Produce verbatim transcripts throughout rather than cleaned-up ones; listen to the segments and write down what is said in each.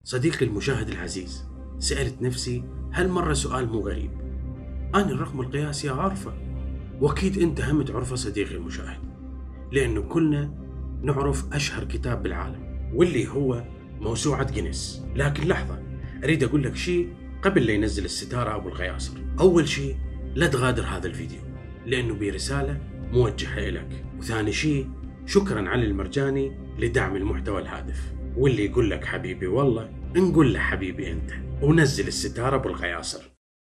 صديقي المشاهد العزيز، سألت نفسي هالمرة سؤال مو غريب. أنا الرقم القياسي أعرفه، وأكيد أنت هم تعرفه صديقي المشاهد، لأنه كلنا نعرف أشهر كتاب بالعالم واللي هو موسوعة جينيس. لكن لحظة، أريد أقول لك شيء قبل لا ينزل الستارة أبو الغياصر. أول شيء، لا تغادر هذا الفيديو لأنه برسالة موجهة إليك. وثاني شيء، شكرا علي المرجاني لدعم المحتوى الهادف. واللي يقول لك حبيبي والله نقول له حبيبي أنت، ونزل الستارة أبو الغياصر.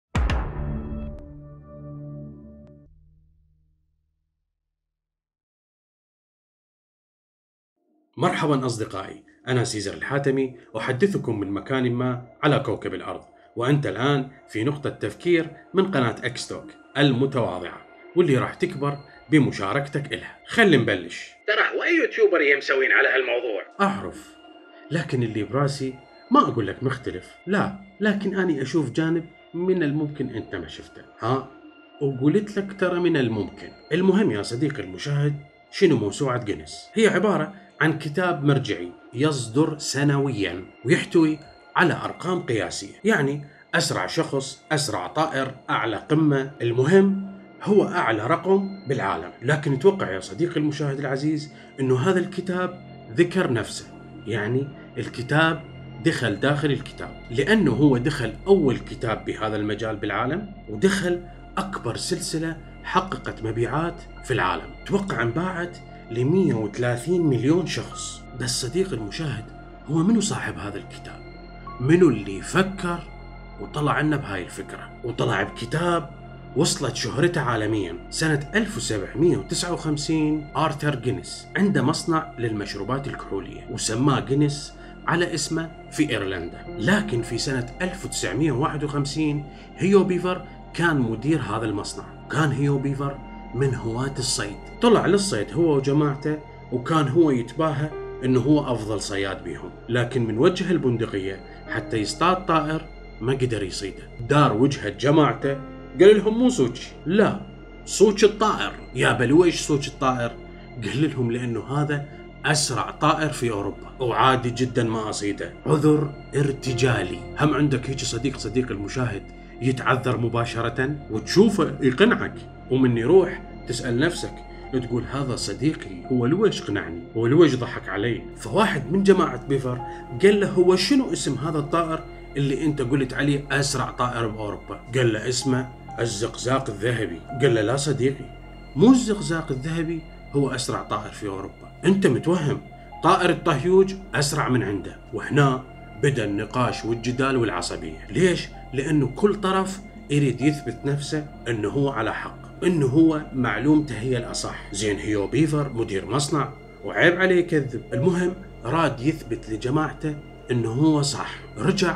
مرحبا أصدقائي، أنا سيزر الحاتمي، أحدثكم من مكان ما على كوكب الأرض، وأنت الآن في نقطة تفكير من قناة أكستوك المتواضعة، واللي راح تكبر بمشاركتك إلها. خلي نبلش. ترى هو أي يوتيوبر يمسوين على هالموضوع؟ أعرف، لكن اللي براسي ما أقول لك مختلف، لا، لكن أنا أشوف جانب من الممكن أنت ما شفته، ها؟ وقلت لك ترى من الممكن. المهم يا صديقي المشاهد، شنو موسوعة جينيس؟ هي عبارة عن كتاب مرجعي يصدر سنويا ويحتوي على أرقام قياسية، يعني أسرع شخص، أسرع طائر، أعلى قمة، المهم هو أعلى رقم بالعالم. لكن اتوقع يا صديقي المشاهد العزيز أنه هذا الكتاب ذكر نفسه، يعني الكتاب دخل داخل الكتاب، لأنه هو دخل أول كتاب بهذا المجال بالعالم، ودخل أكبر سلسلة حققت مبيعات في العالم. توقع انباعت ل مئة وثلاثين مليون شخص. بس صديق المشاهد، هو منو صاحب هذا الكتاب؟ منو اللي فكر وطلع لنا بهاي الفكرة وطلع بكتاب وصلت شهرته عالميا؟ سنة ألف وسبعمئة وتسعة وخمسين آرثر جينيس عنده مصنع للمشروبات الكحولية وسماه جينيس على اسمه في إيرلندا. لكن في سنة ألف وتسعمئة وواحد وخمسين هيو بيفر كان مدير هذا المصنع. كان هيو بيفر من هواة الصيد، طلع للصيد هو وجماعته، وكان هو يتباهى انه هو افضل صياد بيهم. لكن من وجه البندقية حتى يصطاد طائر ما قدر يصيده. دار وجهة جماعته، قال لهم مو صوتي، لا، صوت الطائر. يا بلويش صوت الطائر؟ قال لهم لانه هذا اسرع طائر في اوروبا، وعادي جدا ما اصيده، عذر ارتجالي. هم عندك هيك صديق صديق المشاهد يتعذر مباشرة وتشوفه يقنعك، ومن يروح تسأل نفسك تقول هذا صديقي هو لويش قنعني، هو لويش ضحك علي. فواحد من جماعة بيفر قال له هو شنو اسم هذا الطائر اللي انت قلت عليه اسرع طائر باوروبا؟ قال له اسمه الزقزاق الذهبي. قال له لا صديقي، مو الزقزاق الذهبي هو اسرع طائر في اوروبا، انت متوهم، طائر الطهيوج اسرع من عنده. وهنا بدأ النقاش والجدال والعصبية. ليش؟ لأنه كل طرف يريد يثبت نفسه أنه هو على حق، أنه هو معلومته هي الأصح. زين هيو بيفر مدير مصنع وعيب عليه يكذب. المهم راد يثبت لجماعته أنه هو صح. رجع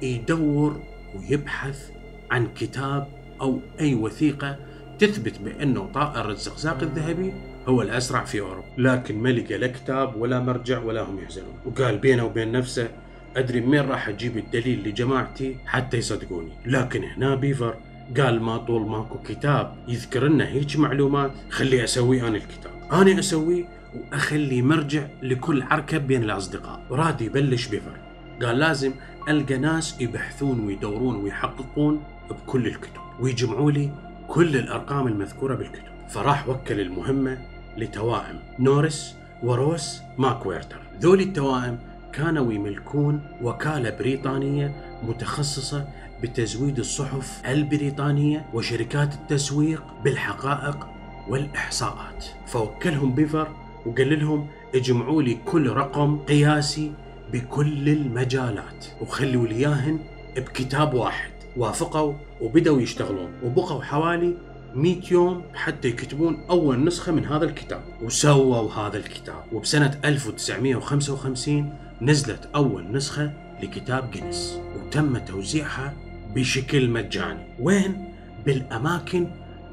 يدور ويبحث عن كتاب أو أي وثيقة تثبت بأنه طائر الزقزاق الذهبي هو الأسرع في أوروبا، لكن ما لقى لا كتاب ولا مرجع ولا هم يحزنون. وقال بينه وبين نفسه أدري من راح أجيب الدليل لجماعتي حتى يصدقوني. لكن هنا بيفر قال ما طول ماكو كتاب يذكر لنا هيك معلومات، خلي أسوي أنا الكتاب، أنا أسويه وأخلي مرجع لكل عركة بين الأصدقاء. راد يبلش بيفر، قال لازم ألقى ناس يبحثون ويدورون ويحققون بكل الكتب ويجمعوا لي كل الأرقام المذكورة بالكتب. فراح وكل المهمة لتوائم نورس وروس ماكويرتر. ذولي التوائم كانوا يملكون وكالة بريطانية متخصصة بتزويد الصحف البريطانية وشركات التسويق بالحقائق والإحصاءات. فوكلهم بيفر وقال لهم اجمعوا لي كل رقم قياسي بكل المجالات وخلوا لي اياهن بكتاب واحد. وافقوا وبدأوا يشتغلون، وبقوا حوالي مئة يوم حتى يكتبون أول نسخة من هذا الكتاب. وسووا هذا الكتاب، وبسنة ألف وتسعمئة وخمسة وخمسين نزلت أول نسخة لكتاب جينيس، وتم توزيعها بشكل مجاني. وين؟ بالأماكن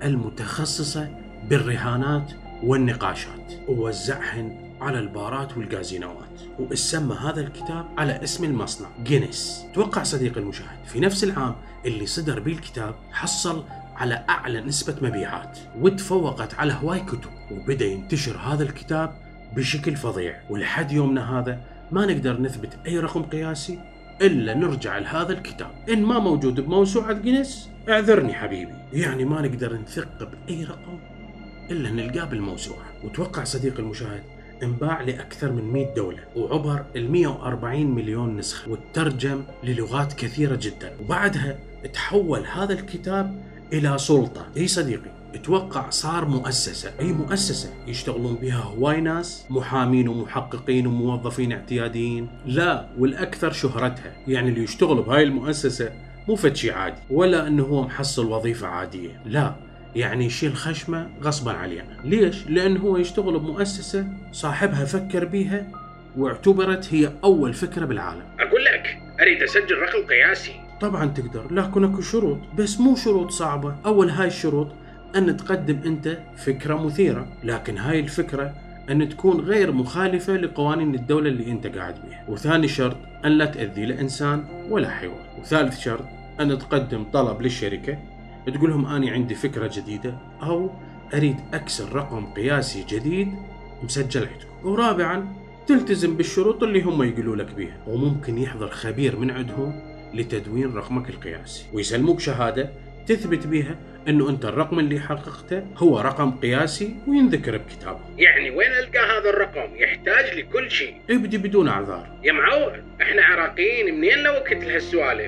المتخصصة بالرهانات والنقاشات، ووزعهن على البارات والكازينوات. واسمى هذا الكتاب على اسم المصنع جينيس. توقع صديق المشاهد في نفس العام اللي صدر به الكتاب حصل على أعلى نسبة مبيعات، وتفوقت على هواي كتب، وبدأ ينتشر هذا الكتاب بشكل فظيع. ولحد يومنا هذا ما نقدر نثبت أي رقم قياسي إلا نرجع لهذا الكتاب. إن ما موجود بموسوعة جينيس اعذرني حبيبي، يعني ما نقدر نثق بأي رقم إلا نلقاه بالموسوعة. وتوقع صديق المشاهد انباع لأكثر من مئة دولة وعبر ال مئة وأربعين مليون نسخة وترجم للغات كثيرة جدا. وبعدها تحول هذا الكتاب إلى سلطة. أي صديقي، اتوقع صار مؤسسة، أي مؤسسة يشتغلون بها هواي ناس، محامين ومحققين وموظفين اعتياديين. لا، والأكثر شهرتها، يعني اللي يشتغل بهاي المؤسسة مو فتشي عادي ولا أنه هو محصل وظيفة عادية، لا، يعني يشيل خشمه غصبا علينا. ليش؟ لأنه هو يشتغل بمؤسسة صاحبها فكر بيها واعتبرت هي أول فكرة بالعالم. أقول لك أريد أسجل رقم قياسي. طبعا تقدر، لكن اكو شروط، بس مو شروط صعبة. أول هاي الشروط أن تقدم أنت فكرة مثيرة، لكن هاي الفكرة أن تكون غير مخالفة لقوانين الدولة اللي أنت قاعد بيها. وثاني شرط أن لا تأذي لا إنسان ولا حيوان. وثالث شرط أن تقدم طلب للشركة تقول لهم أنا عندي فكرة جديدة أو أريد أكسر رقم قياسي جديد مسجل عندكم. ورابعا تلتزم بالشروط اللي هم يقولوا لك بيها، وممكن يحضر خبير من عندهم لتدوين رقمك القياسي ويسلموك شهادة تثبت بيها انه انت الرقم اللي حققته هو رقم قياسي وينذكر بكتابه. يعني وين القى هذا الرقم؟ يحتاج لكل شيء. ابدي بدون اعذار يا معود، احنا عراقيين منين لنا وقت لهالسوالف؟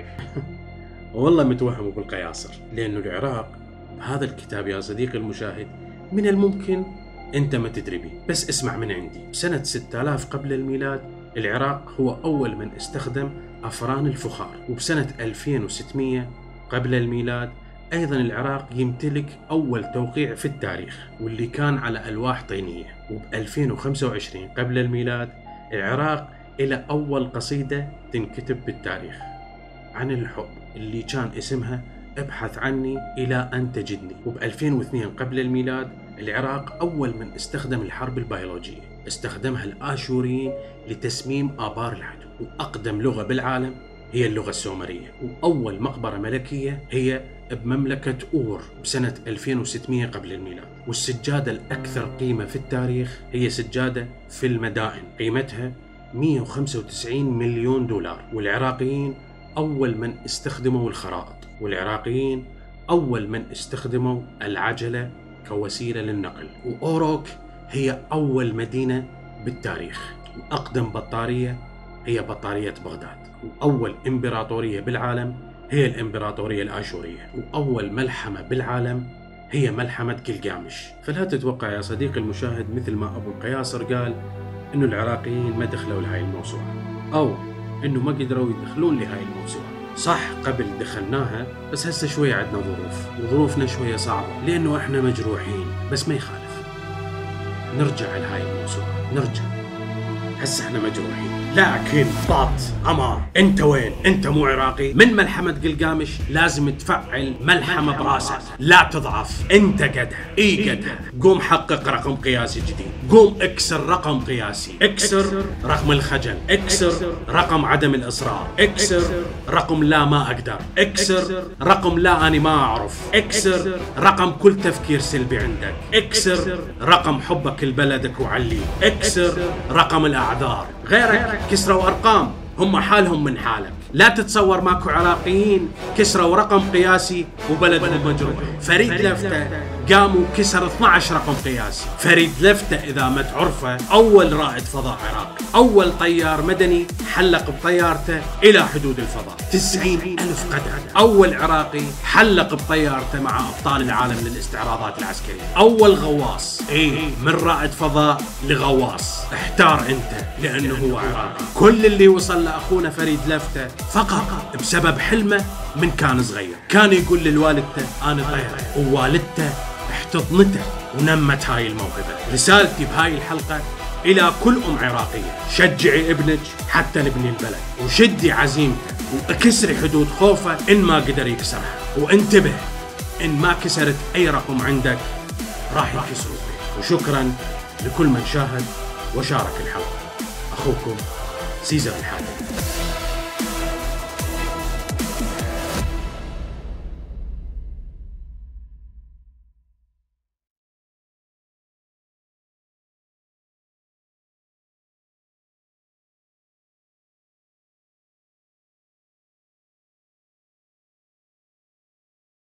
والله متوهم بالقياصر، لانه العراق بهذا الكتاب يا صديقي المشاهد من الممكن انت ما تدري به. بس اسمع من عندي، بسنة ستة آلاف قبل الميلاد العراق هو اول من استخدم افران الفخار، وبسنة ألفين وستمئة قبل الميلاد أيضا العراق يمتلك أول توقيع في التاريخ واللي كان على ألواح طينية. وب ألفين وخمسة وعشرين قبل الميلاد العراق إلى أول قصيدة تنكتب بالتاريخ عن الحب اللي كان اسمها ابحث عني إلى أن تجدني. وب ألفين واثنين قبل الميلاد العراق أول من استخدم الحرب البيولوجية، استخدمها الآشوريين لتسميم آبار العدو. وأقدم لغة بالعالم هي اللغة السومرية. وأول مقبرة ملكية هي بمملكة أور بسنة ألفين وستمئة قبل الميلاد. والسجادة الأكثر قيمة في التاريخ هي سجادة في المدائن قيمتها مئة وخمسة وتسعين مليون دولار. والعراقيين أول من استخدموا الخرائط، والعراقيين أول من استخدموا العجلة كوسيلة للنقل. وأوروك هي أول مدينة بالتاريخ. وأقدم بطارية هي بطارية بغداد. وأول إمبراطورية بالعالم هي الإمبراطورية الآشورية. وأول ملحمة بالعالم هي ملحمة جلجامش. فلا تتوقع يا صديقي المشاهد مثل ما أبو القياصر قال إنه العراقيين ما دخلوا لهاي الموسوعة أو إنه ما قدروا يدخلون لهاي الموسوعة. صح قبل دخلناها، بس هسه شوية عندنا ظروف، وظروفنا شوية صعبة لأنه إحنا مجروحين، بس ما يخالف نرجع لهاي الموسوعة. نرجع، هسه إحنا مجروحين. لكن طاط عمار، انت وين؟ انت مو عراقي؟ من ملحمة جلجامش لازم تفعل ملحمة براسك، لا تضعف، انت قدها، اي قدها. قوم حقق رقم قياسي جديد، قوم اكسر رقم قياسي، اكسر رقم الخجل، اكسر رقم عدم الاصرار، اكسر رقم لا ما اقدر، اكسر رقم لا اني ما اعرف، اكسر رقم كل تفكير سلبي عندك، اكسر رقم حبك لبلدك وعلي، اكسر رقم الاعذار. غيرك كسروا أرقام هم حالهم من حالك. لا تتصور ماكو عراقيين كسروا رقم قياسي وبلدهم مجروح. فريد لفتة قام وكسر اثني عشر رقم قياسي. فريد لفتة إذا ما تعرفه أول رائد فضاء عراقي، أول طيار مدني حلق بطيارته إلى حدود الفضاء، تسعين ألف قدم. أول عراقي حلق بطيارته مع أبطال العالم للاستعراضات العسكرية. أول غواص، إيه، من رائد فضاء لغواص. احتار أنت لأنه هو عراقي. كل اللي وصل لأخونا فريد لفتة فقط بسبب حلمه من كان صغير. كان يقول لوالدته أنا طير، ووالدته احتضنته ونمت هاي الموهبة. رسالتي بهاي الحلقة إلى كل أم عراقية، شجعي ابنك حتى نبني البلد، وشدي عزيمته وكسري حدود خوفه إن ما قدر يكسرها. وانتبه إن ما كسرت أي رقم عندك راح يكسروا فيه. وشكرا لكل من شاهد وشارك الحلقة. أخوكم سيزر الحاتمي.